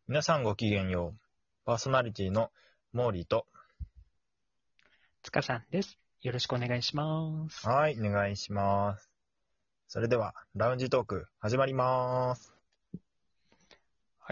皆さんごきげんよう。パーソナリティのモーリーと、 つかさんです。よろしくお願いします。 はい、お願いします。それでは、ラウンジトーク始まります。 はい。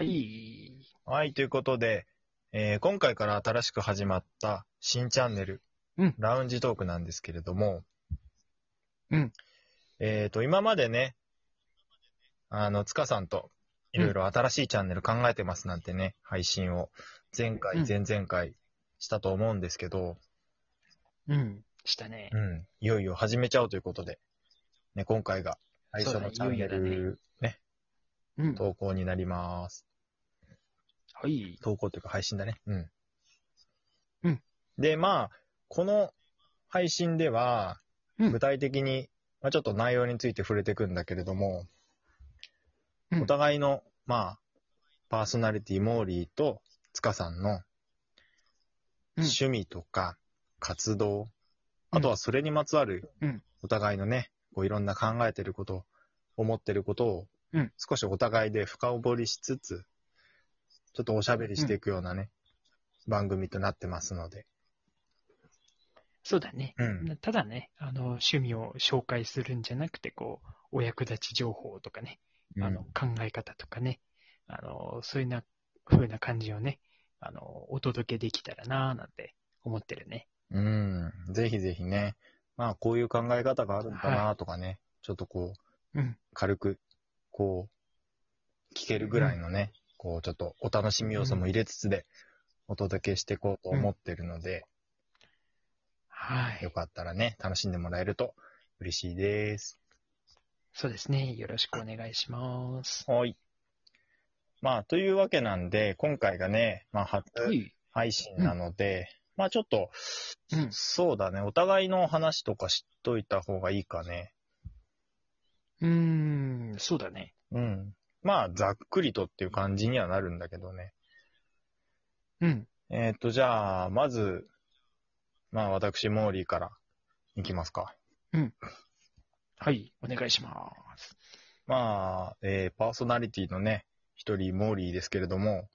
はい、ということで、今回から新しく始まった新チャンネル、 うん。 ラウンジトークなんですけれども、 うん。 今までね、つかさんというん。 ろいろ新しいチャンネル考えてますなんてね、配信を前回、 うん。 前々回したと思うんですけど、 うん。したね。 いよいよ始めちゃおうということで、ね、今回が最そうだ、いよ初のチャンネいよだね。 ル、ね、 うん。 投稿になります。 はい。 投稿というか配信だね。 うん。 で、この配信では、 うん。 具体的に、ちょっと内容について触れていくんだけれども、おうん。 互いの、パーソナリティ、モーリーと塚さんのうん。 趣味とか活動、 うん。 あとはそれにまつわるうん。 お互いのね、こういろんな考えてること、思ってることをうん。 少しお互いで深掘りしつつ、ちょっとおしゃべりしていくようなね、番組となってますので。 そうだね。 うん。 ただね、趣味を紹介するんじゃなくて、お役立ち情報とかね、 うん。 考え方とかね、そういう風な感じをね、お届けできたらなぁなんて思ってるね。 ぜひぜひね。こういう考え方があるんだはい。 なとかね、ちょっとこう、 うん。 軽く、こう、聞けるぐうん。 らいのね、こう、ちょっとお楽しみ要素も入れつつでお届けしていこうとうん。 思ってるので、よはい。 かったらね、楽しんでもらえると嬉しいです。 そうですね。よろしくお願いします。 はい。というわけなんで、今回がね、初はい。 配信なうん。 ので、ちょっと、 うん。 そうだね、お互いの話とか知っといた方がいいかね。 そうだね。 うん。ざっくりとっていう感じにはなるんだけどね。 うん。 じゃあ、まず、私、モーリーからいきますか。 うん。はい。お願いします。 パーソナリティのね、一人、モーリーですけれども、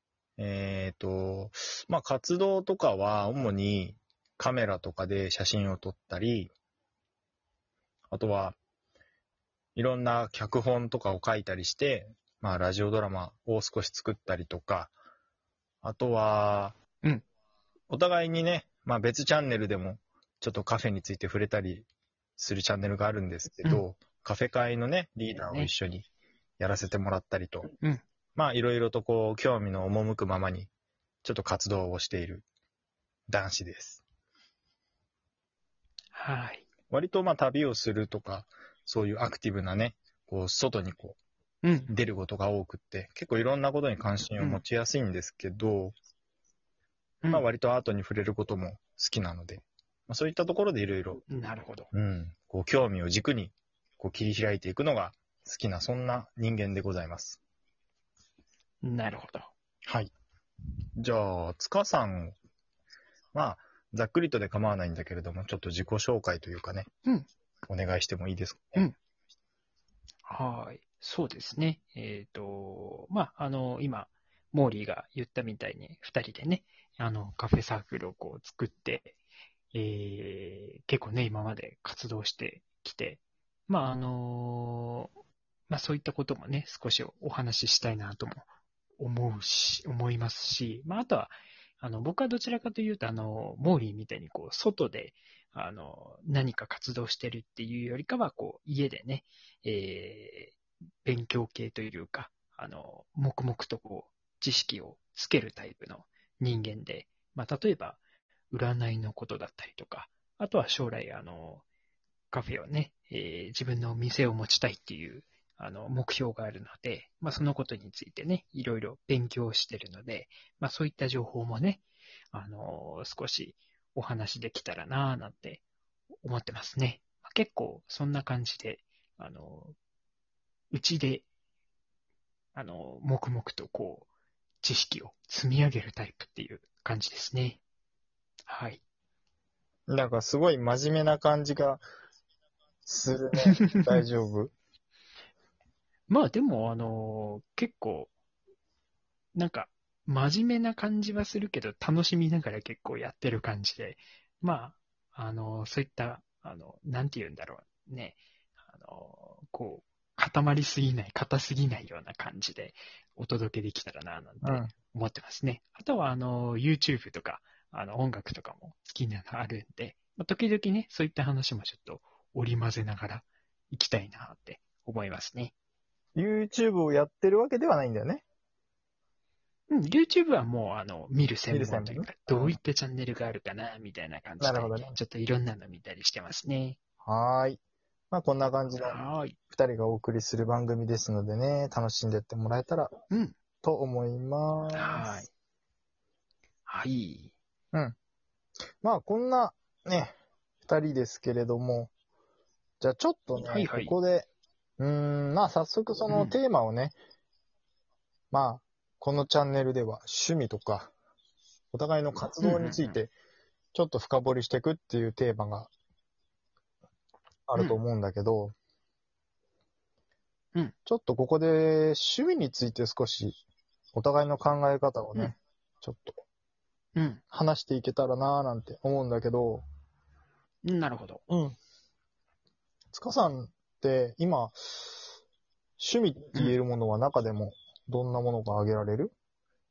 活動とかは、主にカメラとかで写真を撮ったり、あとは、いろんな脚本とかを書いたりして、ラジオドラマを少し作ったりとか、あとは、 うん。 お互いにね、別チャンネルでも、ちょっとカフェについて触れたりするチャンネルがあるんですけうん。 ど、カフェ会のね、リーダーを一だね。 緒にやらせてもらったりと、 うん。 いろいろとこう、興味の赴くままに、ちょっと活動をしている男子です。 はい。 割と旅をするとか、そういうアクティブなね、こう、外にこうん。 う、出ることが多くって、結構いろんなことに関心を持うん。 ちやすいんですけど、 うん。 割とアートに触れることも好きなので、そういったところでいろいろ、 なるほど。 こう、興味を軸に、こう、切り開いていくのが好きな、そんな人間でございます。 なるほど。 はい。じゃあ、塚さん、ざっくりとで構わないんだけれども、ちょっと自己紹介というかね、 うん。 お願いしてもいいですかね。 うん。はい。そうですね。今、モーリーが言ったみたいに、二人でね、カフェサークルを作って、結構ね、今まで活動してきて、そういったこともね、少しお話ししたいなとも思いますし、あとは、僕はどちらかというと、モーリーみたいに、外で、何か活動してるっていうよりかは、家でね、勉強系というか、黙々と知識をつけるタイプの人間で、例えば、占いのことだったりとか、あとは将来、カフェをね、自分の店を持ちたいっていう、目標があるので、そのことについてね、いろいろ勉強してるので、そういった情報もね、少しお話できたらなぁなんて思ってますね。結構、そんな感じで、あの、うちで、黙々と知識を積み上げるタイプっていう感じですね。はい。 なんかすごい真面目な感じがするね。大丈夫？ でも、結構、 なんか、真面目な感じはするけど、楽しみながら結構やってる感じで、まあ、そういった、なんて言うんだろうね、こう、固まりすぎない、硬すぎないような感じでお届けできたらな、なんてうん。 思ってますね。あとは、YouTube とか、音楽とかも好きなのあるんで、まあ、時々ね、そういった話もちょっと織り交ぜながら行きたいなって思いますね。 YouTube をやってるわけではないんだよね。 うん、YouTube はもう、見る見専る専門ね。 門というか、 うん。 どういったチャンネルがあるかな、みたいな感じで、 なるほどね。 ちょっといろんなの見たりしてますね。 はーい。まあこんな感じのはーい。 二人がお送りする番組ですのでね、楽しんでってもらえたらうん。 と思いまはーい。 す。 はい。 うん。まあこんなね、二人ですけれども、じゃあちょっとね、 はいはい。 ここで、まあ早速そのうん。 テーマをね、まあこのチャンネルでは趣味とか、お互いの活うん、う動についん、 てちょっと深掘りしていくっていうテーマがあうん。うん。 ると思うんだけど、 うん。 ちょっとここで趣味について少しお互いの考え方をうん。 ね、ちょっとうん。 話していけたらなーなんて思うんだけど、 なるほど。 うん。塚さんって今、趣味ってうん。 言えるものは中でもどんなものが挙げられる？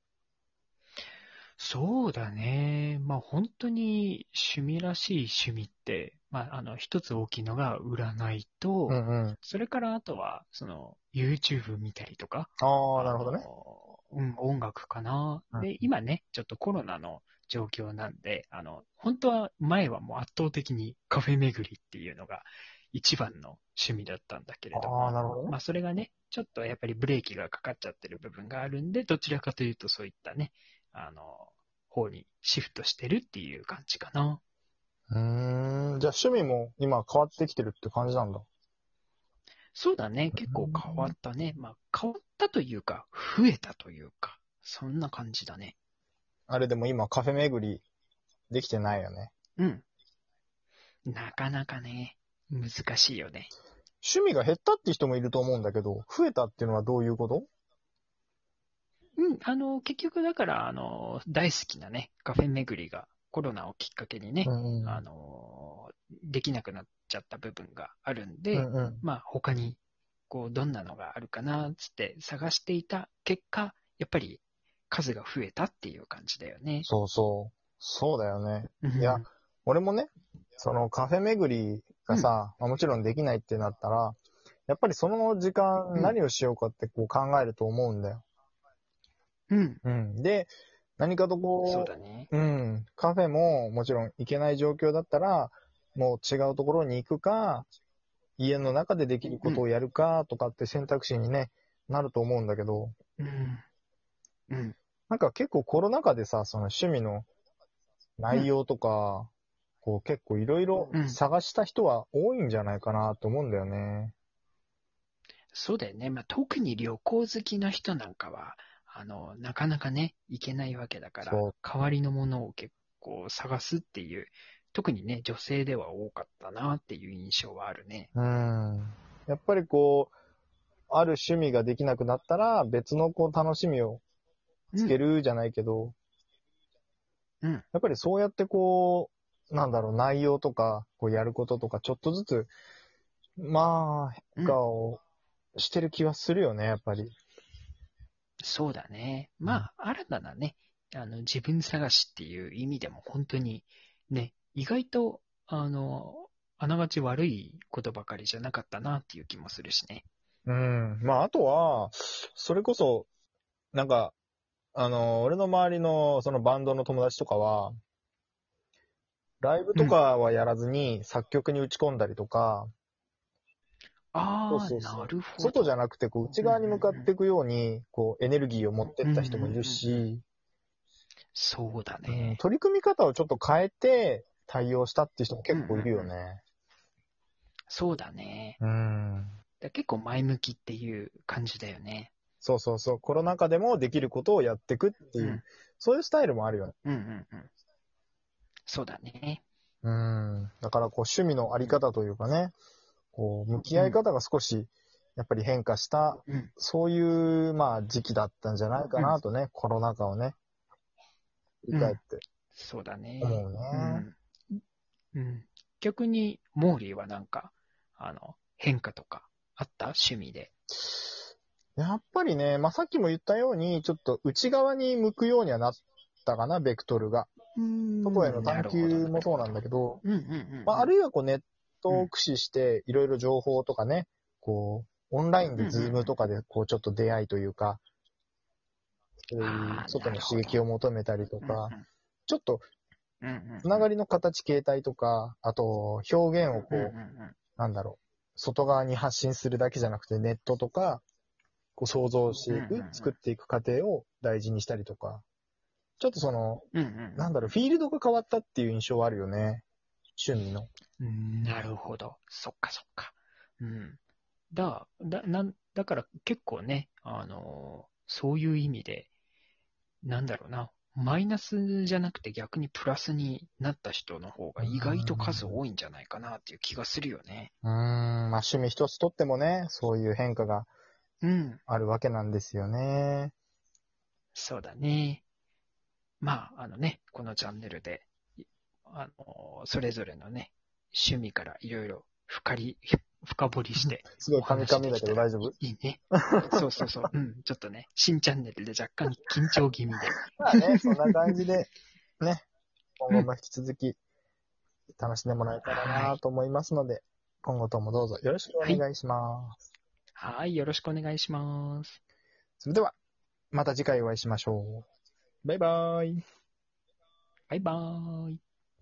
そうだね。まあ本当に趣味らしい趣味って、まあ一つ大きいのが占いと、 うんうん。 それからあとは、YouTube 見たりとか、 ああ、なるほどね。 音楽かな。 うん。 で、今ね、ちょっとコロナの状況なんで、本当は前はもう圧倒的にカフェ巡りっていうのが一番の趣味だったんだけれどああ、 も、 なるほどね。 まあそれがね、ちょっとやっぱりブレーキがかかっちゃってる部分があるんで、どちらかというとそういったね、方にシフトしてるっていう感じかな。 じゃあ趣味も今変わってきてるって感じなんだ。 そうだね。結構変わったね。まあ、変わったというか、増えたというか、そんな感じだね。 あれでも今カフェ巡りできてないよね。 うん。なかなかね、難しいよね。 趣味が減ったって人もいると思うんだけど、増えたっていうのはどういうこと？ うん、結局だから、大好きなね、カフェ巡りがコロナをきっかけにね、 うんうん。 できなくなっちゃった部分があるんで、 うんうん。 まあ、他に、どんなのがあるかな、つって探していた結果、やっぱり数が増えたっていう感じだよね。 そうそう。そうだよね。いや、 うん、 俺もね、そのカフェ巡りがうん、 さ、まあもちろんできないってなったら、やっぱりその時間うん、 何をしようかってこう考えると思うんだよ。 うん。 うん。で、何かとそうだね。 カフェももちろん行けない状況だったら、もう違うところに行くか、家の中でできるうん、 ことをやるかとかって選択肢にね、なると思うんだけど、 うん、うん、 なんか結構コロナ禍でさ、その趣味のうん、 内容とか、こう結構いろいろうん。 探した人は多いんじゃないかなと思うんだよね。 そうだよね。まあ、特に旅行好きな人なんかは、なかなかね、行けないわけだから、 そ代わりのものを結構探すっていう、特にね、女性では多かったなっていう印象はあるね。 う。やっぱりこう、ある趣味ができなくなったら別のこう楽しみをつけうん、 るじゃないけど、 うん、 やっぱりそうやってこう、なんだろう、内容とか、こうやることとか、ちょっとずつ、まあ、変うん。 化をしてる気はするよね、やっぱり。 そうだね。 うん。 まあ、新たなね、自分探しっていう意味でも本当にね、意外と、あながち悪いことばかりじゃなかったなっていう気もするしね。 まあ、あとは、それこそ、なんか、俺の周りのそのバンドの友達とかは、ライブうん。 とかはやらずに作曲に打ち込んだりとか、そうああ、 そうそう。 なるほ外じゃど。 なくて、こう、内うん、う側に向かっん、 ていくように、こう、エネルギーを持ってっうん。うん、うん、 た人もいるうん、うん。 し、 そうだね。 取り組み方をちょっと変えて対応したっていう人もうん、うん、 結構いるようん。 ね。 そうだね。 うん。 結構前向きっていう感じだよね。 そうそうそう。コロナ禍でもできることをやっていくっていう、 うん、 そういうスタイルもあるよね。 うん、うん、うん。そうだね。 うん。だからこう趣味のありうん、 方というかね、こう向きうん、 合い方が少しやっぱり変化した、 うん。 そういう、まあ、時期だったんじゃないかなとね、コロナ禍をね、振り返ってそうだね。 思うね。 うん。うん。逆に、モーリーはなんか、変化とかあった趣味で。 やっぱりね、まあ、さっきも言ったように、ちょっと内側に向くようにはなったかな、ベクトルが。外へのな探るほど、 求もそうなるほど。 なんだけど、 うんうんうんまあ、 うん。 あるいはこうネットを駆使していろいろ情報とかね、こう、オンラインでうんうんうん。 ズームとかでこうちょっと出会いというか、そういうああ、 外のなるほど。 刺激を求めたりとうんうんか、ちょっとうんうんつながりの形、形態とか、あと表現をうんうんうこう、 んなんだろう、外側に発信するだけじゃなくてネットとか、こう想像していく、 うんうんうん作っていく過程を大事にしたりとか、ちょっとその、 うんうんなんだろう、フィールドが変わったっていう印象はあるよね。趣味の。 うん。なるほど。そっかそっか。うん。だから結構ね、そういう意味で、なんだろうな、マイナスじゃなくて逆にプラスになった人の方うーが意外と数ん。 多いんじゃないかなっていう気がするよね。 まあ趣味一つとってもね、そういう変化がうん。 あるわけなんですよね。 そうだね。まあ、このチャンネルで、いそれぞれのね、趣味からいろいろ深掘りしてすごいおカミカミだけ話できたらど大丈夫？ いいね。そうそうそう。うん。ちょっとね、新チャンネルで若干緊張気味で。 まあね、そんな感じで、ね、今うん。 後も引き続き楽しんでもらえたらはい。 なと思いますので、今後ともどうぞよろしくおはい。 願いします。 はい。よろしくお願いします。 それでは、また次回お会いしましょう。バイバーイ。 バイバーイ。